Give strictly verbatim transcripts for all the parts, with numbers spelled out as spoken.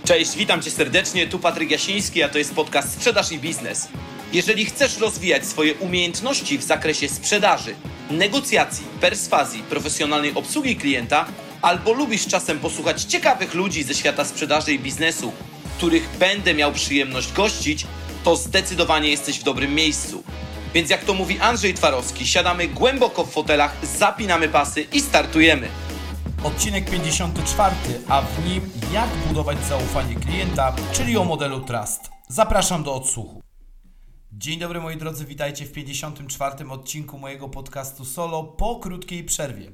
Cześć, witam Cię serdecznie, tu Patryk Jasiński, a to jest podcast Sprzedaż i Biznes. Jeżeli chcesz rozwijać swoje umiejętności w zakresie sprzedaży, negocjacji, perswazji, profesjonalnej obsługi klienta, albo lubisz czasem posłuchać ciekawych ludzi ze świata sprzedaży i biznesu, których będę miał przyjemność gościć, to zdecydowanie jesteś w dobrym miejscu. Więc jak to mówi Andrzej Twarowski, siadamy głęboko w fotelach, zapinamy pasy i startujemy. Odcinek pięćdziesiąty czwarty, a w nim jak budować zaufanie klienta, czyli o modelu Trust. Zapraszam do odsłuchu. Dzień dobry moi drodzy, witajcie w pięćdziesiątym czwartym odcinku mojego podcastu solo po krótkiej przerwie.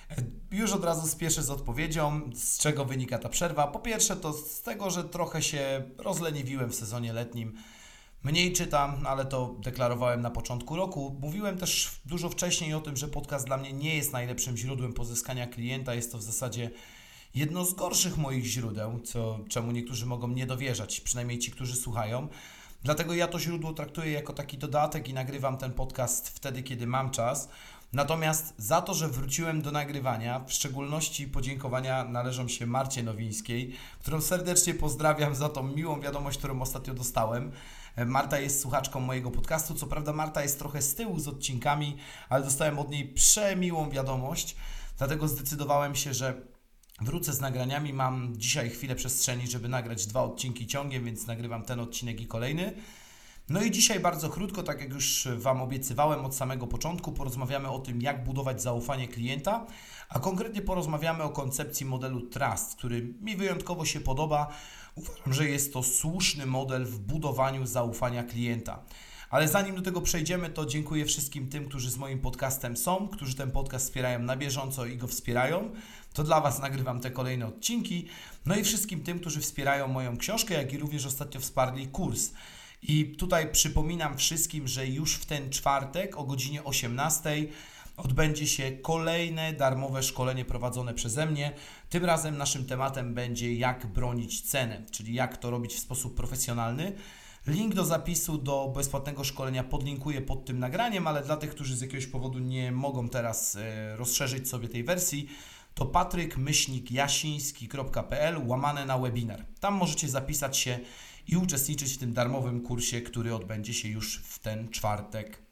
Już od razu spieszę z odpowiedzią, z czego wynika ta przerwa. Po pierwsze to z tego, że trochę się rozleniwiłem w sezonie letnim. Mniej czytam, ale to deklarowałem na początku roku. Mówiłem też dużo wcześniej o tym, że podcast dla mnie nie jest najlepszym źródłem pozyskania klienta. Jest to w zasadzie jedno z gorszych moich źródeł, co, czemu niektórzy mogą nie dowierzać, przynajmniej ci, którzy słuchają. Dlatego ja to źródło traktuję jako taki dodatek i nagrywam ten podcast wtedy, kiedy mam czas. Natomiast za to, że wróciłem do nagrywania, w szczególności podziękowania należą się Marcie Nowińskiej, którą serdecznie pozdrawiam za tą miłą wiadomość, którą ostatnio dostałem. Marta jest słuchaczką mojego podcastu, co prawda Marta jest trochę z tyłu z odcinkami, ale dostałem od niej przemiłą wiadomość, dlatego zdecydowałem się, że wrócę z nagraniami. Mam dzisiaj chwilę przestrzeni, żeby nagrać dwa odcinki ciągiem, więc nagrywam ten odcinek i kolejny. No i dzisiaj bardzo krótko, tak jak już Wam obiecywałem od samego początku, porozmawiamy o tym, jak budować zaufanie klienta, a konkretnie porozmawiamy o koncepcji modelu Trust, który mi wyjątkowo się podoba. Uważam, że jest to słuszny model w budowaniu zaufania klienta. Ale zanim do tego przejdziemy, to dziękuję wszystkim tym, którzy z moim podcastem są, którzy ten podcast wspierają na bieżąco i go wspierają. To dla Was nagrywam te kolejne odcinki. No i wszystkim tym, którzy wspierają moją książkę, jak i również ostatnio wsparli kurs. I tutaj przypominam wszystkim, że już w ten czwartek o godzinie osiemnastej odbędzie się kolejne darmowe szkolenie prowadzone przeze mnie. Tym razem naszym tematem będzie jak bronić ceny, czyli jak to robić w sposób profesjonalny. Link do zapisu do bezpłatnego szkolenia podlinkuję pod tym nagraniem, ale dla tych, którzy z jakiegoś powodu nie mogą teraz e, rozszerzyć sobie tej wersji, to patryk myślnik jasiński kropka p l łamane na webinar. Tam możecie zapisać się i uczestniczyć w tym darmowym kursie, który odbędzie się już w ten czwartek.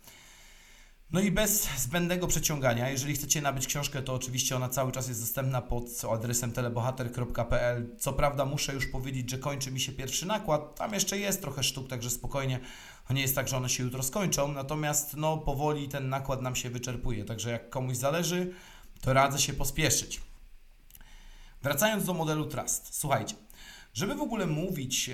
No i bez zbędnego przeciągania, jeżeli chcecie nabyć książkę, to oczywiście ona cały czas jest dostępna pod adresem telebohater kropka p l. Co prawda muszę już powiedzieć, że kończy mi się pierwszy nakład, tam jeszcze jest trochę sztuk, także spokojnie, to nie jest tak, że one się jutro skończą, natomiast no powoli ten nakład nam się wyczerpuje, także jak komuś zależy, to radzę się pospieszyć. Wracając do modelu Trust, słuchajcie. Żeby w ogóle mówić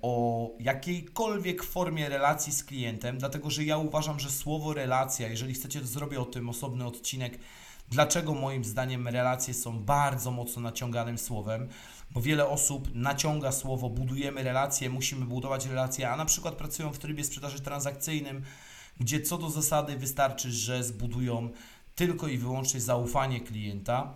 o jakiejkolwiek formie relacji z klientem, dlatego że ja uważam, że słowo relacja, jeżeli chcecie, to zrobię o tym osobny odcinek, dlaczego moim zdaniem relacje są bardzo mocno naciąganym słowem, bo wiele osób naciąga słowo, budujemy relacje, musimy budować relacje, a na przykład pracują w trybie sprzedaży transakcyjnym, gdzie co do zasady wystarczy, że zbudują tylko i wyłącznie zaufanie klienta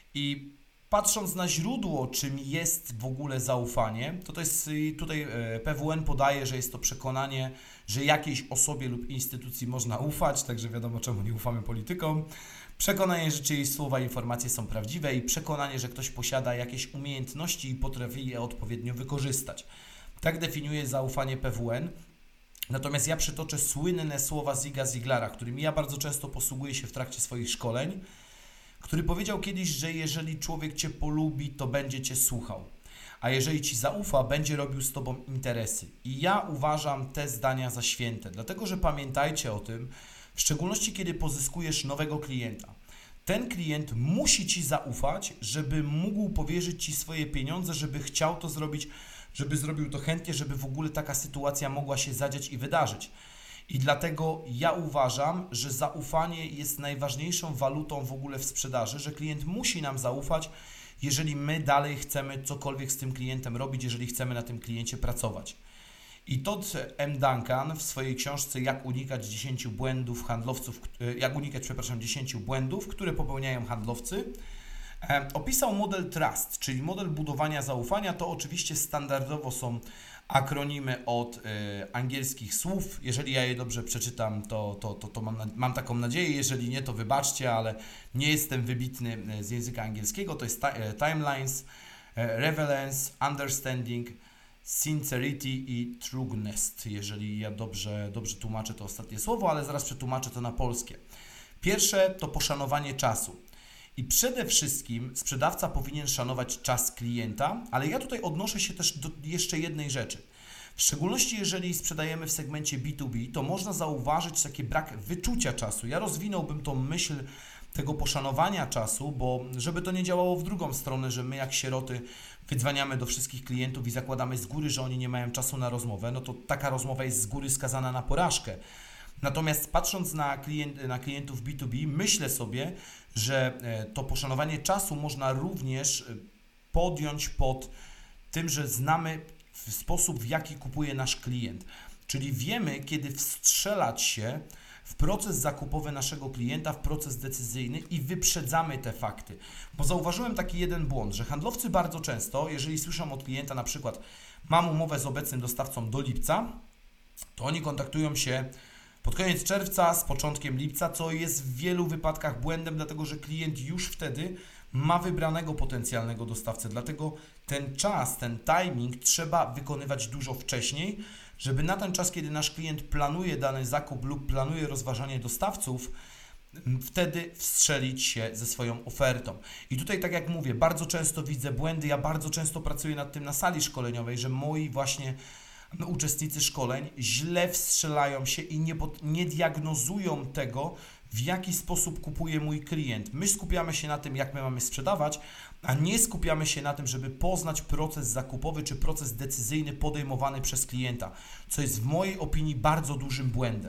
i patrząc na źródło, czym jest w ogóle zaufanie, to, to jest tutaj P W N podaje, że jest to przekonanie, że jakiejś osobie lub instytucji można ufać, także wiadomo czemu nie ufamy politykom. Przekonanie, że czyjeś słowa i informacje są prawdziwe i przekonanie, że ktoś posiada jakieś umiejętności i potrafi je odpowiednio wykorzystać. Tak definiuje zaufanie P W N. Natomiast ja przytoczę słynne słowa Ziga Ziglara, którymi ja bardzo często posługuję się w trakcie swoich szkoleń, który powiedział kiedyś, że jeżeli człowiek Cię polubi, to będzie Cię słuchał, a jeżeli Ci zaufa, będzie robił z Tobą interesy. I ja uważam te zdania za święte, dlatego że pamiętajcie o tym, w szczególności kiedy pozyskujesz nowego klienta. Ten klient musi Ci zaufać, żeby mógł powierzyć Ci swoje pieniądze, żeby chciał to zrobić, żeby zrobił to chętnie, żeby w ogóle taka sytuacja mogła się zadziać i wydarzyć. I dlatego ja uważam, że zaufanie jest najważniejszą walutą w ogóle w sprzedaży, że klient musi nam zaufać, jeżeli my dalej chcemy cokolwiek z tym klientem robić, jeżeli chcemy na tym kliencie pracować. I Todd M. Duncan w swojej książce Jak unikać dziesięciu błędów handlowców, jak unikać, przepraszam, dziesięciu błędów, które popełniają handlowcy, opisał model Trust, czyli model budowania zaufania. To oczywiście standardowo są akronimy od y, angielskich słów. Jeżeli ja je dobrze przeczytam, to, to, to, to mam, mam taką nadzieję. Jeżeli nie, to wybaczcie, ale nie jestem wybitny z języka angielskiego. To jest ta, Timelines, Relevance, Understanding, sincerity i trueness, jeżeli ja dobrze, dobrze tłumaczę to ostatnie słowo, ale zaraz przetłumaczę to na polskie. Pierwsze to poszanowanie czasu. I przede wszystkim sprzedawca powinien szanować czas klienta, ale ja tutaj odnoszę się też do jeszcze jednej rzeczy. W szczególności jeżeli sprzedajemy w segmencie B dwa B, to można zauważyć taki brak wyczucia czasu. Ja rozwinąłbym tą myśl tego poszanowania czasu, bo żeby to nie działało w drugą stronę, że my jak sieroty wydzwaniamy do wszystkich klientów i zakładamy z góry, że oni nie mają czasu na rozmowę, no to taka rozmowa jest z góry skazana na porażkę. Natomiast patrząc na, klient, na klientów B dwa B, myślę sobie, że to poszanowanie czasu można również podjąć pod tym, że znamy sposób, w jaki kupuje nasz klient. Czyli wiemy, kiedy wstrzelać się w proces zakupowy naszego klienta, w proces decyzyjny i wyprzedzamy te fakty. Bo zauważyłem taki jeden błąd, że handlowcy bardzo często, jeżeli słyszą od klienta na przykład mam umowę z obecnym dostawcą do lipca, to oni kontaktują się pod koniec czerwca, z początkiem lipca, co jest w wielu wypadkach błędem, dlatego że klient już wtedy ma wybranego potencjalnego dostawcę. Dlatego ten czas, ten timing trzeba wykonywać dużo wcześniej, żeby na ten czas, kiedy nasz klient planuje dany zakup lub planuje rozważanie dostawców, wtedy wstrzelić się ze swoją ofertą. I tutaj, tak jak mówię, bardzo często widzę błędy, ja bardzo często pracuję nad tym na sali szkoleniowej, że moi właśnie no, uczestnicy szkoleń źle wstrzelają się i nie, nie diagnozują tego, w jaki sposób kupuje mój klient. My skupiamy się na tym, jak my mamy sprzedawać, a nie skupiamy się na tym, żeby poznać proces zakupowy czy proces decyzyjny podejmowany przez klienta, co jest w mojej opinii bardzo dużym błędem.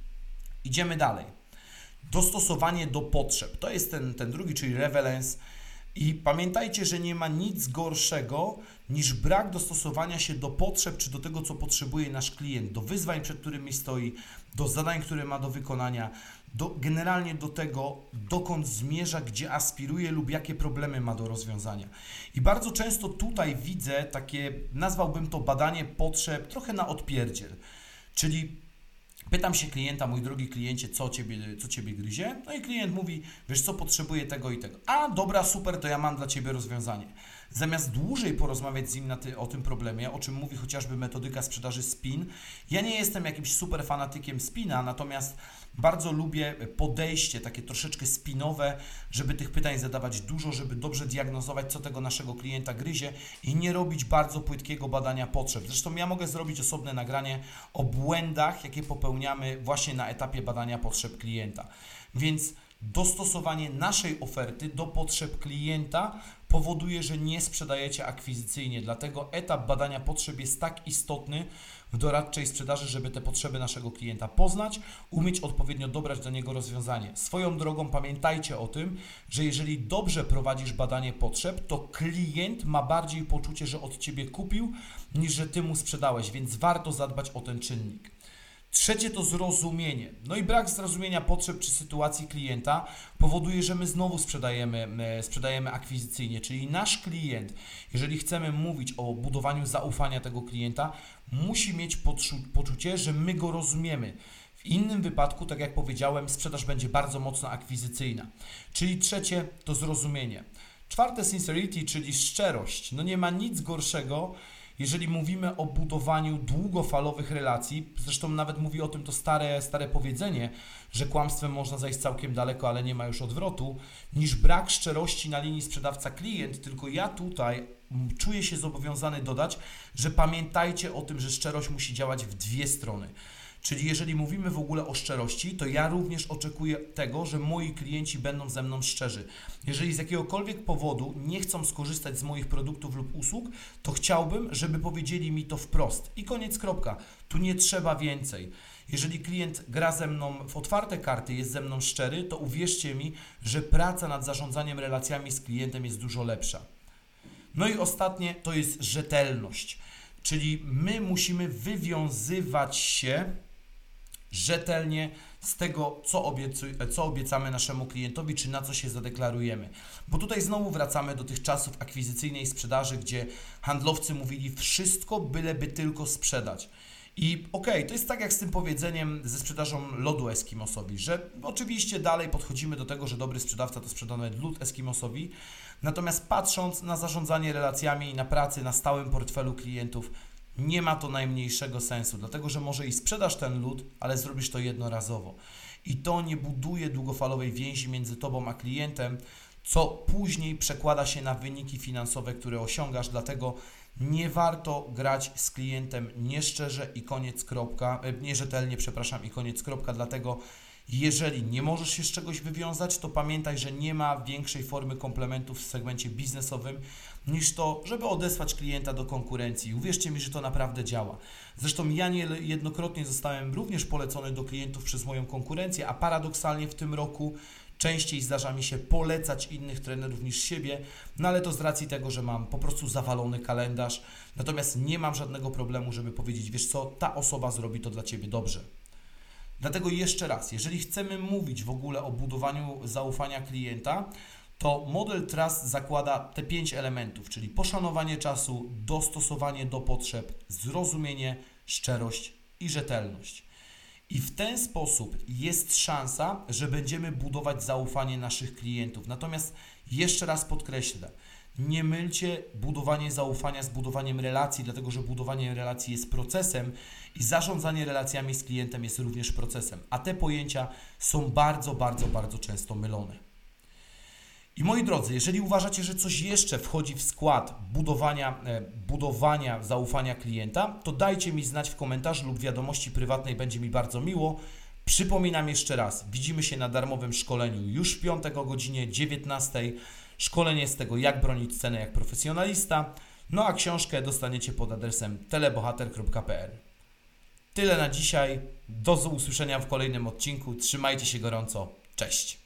Idziemy dalej. Dostosowanie do potrzeb. To jest ten, ten drugi, czyli relevance. I pamiętajcie, że nie ma nic gorszego niż brak dostosowania się do potrzeb, czy do tego, co potrzebuje nasz klient, do wyzwań, przed którymi stoi, do zadań, które ma do wykonania, do, generalnie do tego, dokąd zmierza, gdzie aspiruje lub jakie problemy ma do rozwiązania. I bardzo często tutaj widzę takie, nazwałbym to badanie potrzeb trochę na odpierdziel, czyli pytam się klienta, mój drogi kliencie, co ciebie, co ciebie gryzie? No i klient mówi, wiesz co, potrzebuję tego i tego. A, dobra, super, to ja mam dla ciebie rozwiązanie. Zamiast dłużej porozmawiać z nim na ty, o tym problemie, o czym mówi chociażby metodyka sprzedaży spin, ja nie jestem jakimś super fanatykiem spina, natomiast bardzo lubię podejście takie troszeczkę spinowe, żeby tych pytań zadawać dużo, żeby dobrze diagnozować, co tego naszego klienta gryzie i nie robić bardzo płytkiego badania potrzeb. Zresztą ja mogę zrobić osobne nagranie o błędach, jakie popełniamy właśnie na etapie badania potrzeb klienta. Więc dostosowanie naszej oferty do potrzeb klienta powoduje, że nie sprzedajecie akwizycyjnie. Dlatego etap badania potrzeb jest tak istotny w doradczej sprzedaży, żeby te potrzeby naszego klienta poznać, umieć odpowiednio dobrać do niego rozwiązanie. Swoją drogą pamiętajcie o tym, że jeżeli dobrze prowadzisz badanie potrzeb, to klient ma bardziej poczucie, że od Ciebie kupił, niż że Ty mu sprzedałeś, więc warto zadbać o ten czynnik. Trzecie to zrozumienie. No i brak zrozumienia potrzeb czy sytuacji klienta powoduje, że my znowu sprzedajemy, sprzedajemy akwizycyjnie, czyli nasz klient, jeżeli chcemy mówić o budowaniu zaufania tego klienta, musi mieć poczucie, że my go rozumiemy. W innym wypadku, tak jak powiedziałem, sprzedaż będzie bardzo mocno akwizycyjna. Czyli trzecie to zrozumienie. Czwarte sincerity, czyli szczerość. No nie ma nic gorszego, jeżeli mówimy o budowaniu długofalowych relacji, zresztą nawet mówi o tym to stare, stare powiedzenie, że kłamstwem można zajść całkiem daleko, ale nie ma już odwrotu, niż brak szczerości na linii sprzedawca-klient, tylko ja tutaj czuję się zobowiązany dodać, że pamiętajcie o tym, że szczerość musi działać w dwie strony. Czyli jeżeli mówimy w ogóle o szczerości, to ja również oczekuję tego, że moi klienci będą ze mną szczerzy. Jeżeli z jakiegokolwiek powodu nie chcą skorzystać z moich produktów lub usług, to chciałbym, żeby powiedzieli mi to wprost. I koniec, kropka. Tu nie trzeba więcej. Jeżeli klient gra ze mną w otwarte karty, jest ze mną szczery, to uwierzcie mi, że praca nad zarządzaniem relacjami z klientem jest dużo lepsza. No i ostatnie to jest rzetelność. Czyli my musimy wywiązywać się rzetelnie z tego, co, obiecu, co obiecamy naszemu klientowi, czy na co się zadeklarujemy. Bo tutaj znowu wracamy do tych czasów akwizycyjnej sprzedaży, gdzie handlowcy mówili wszystko, byleby tylko sprzedać. I okej, okay, to jest tak jak z tym powiedzeniem ze sprzedażą lodu Eskimosowi, że oczywiście dalej podchodzimy do tego, że dobry sprzedawca to sprzeda nawet lód Eskimosowi, natomiast patrząc na zarządzanie relacjami, na pracy, na stałym portfelu klientów, nie ma to najmniejszego sensu, dlatego że może i sprzedasz ten lód, ale zrobisz to jednorazowo. I to nie buduje długofalowej więzi między Tobą a klientem, co później przekłada się na wyniki finansowe, które osiągasz, dlatego nie warto grać z klientem nieszczerze i koniec kropka, nierzetelnie, przepraszam, i koniec kropka, dlatego jeżeli nie możesz się z czegoś wywiązać, to pamiętaj, że nie ma większej formy komplementów w segmencie biznesowym niż to, żeby odesłać klienta do konkurencji. Uwierzcie mi, że to naprawdę działa. Zresztą ja niejednokrotnie zostałem również polecony do klientów przez moją konkurencję, a paradoksalnie w tym roku częściej zdarza mi się polecać innych trenerów niż siebie, no ale to z racji tego, że mam po prostu zawalony kalendarz, natomiast nie mam żadnego problemu, żeby powiedzieć, wiesz co, ta osoba zrobi to dla Ciebie dobrze. Dlatego jeszcze raz, jeżeli chcemy mówić w ogóle o budowaniu zaufania klienta, to model Trust zakłada te pięć elementów, czyli poszanowanie czasu, dostosowanie do potrzeb, zrozumienie, szczerość i rzetelność. I w ten sposób jest szansa, że będziemy budować zaufanie naszych klientów. Natomiast jeszcze raz podkreślę, nie mylcie budowanie zaufania z budowaniem relacji, dlatego że budowanie relacji jest procesem i zarządzanie relacjami z klientem jest również procesem, a te pojęcia są bardzo, bardzo, bardzo często mylone. I moi drodzy, jeżeli uważacie, że coś jeszcze wchodzi w skład budowania, e, budowania zaufania klienta, to dajcie mi znać w komentarzu lub wiadomości prywatnej, będzie mi bardzo miło. Przypominam jeszcze raz, widzimy się na darmowym szkoleniu już w piątek o godzinie dziewiętnastej. Szkolenie z tego, jak bronić ceny jak profesjonalista, no a książkę dostaniecie pod adresem telebohater kropka p l. Tyle na dzisiaj, do usłyszenia w kolejnym odcinku, trzymajcie się gorąco, cześć!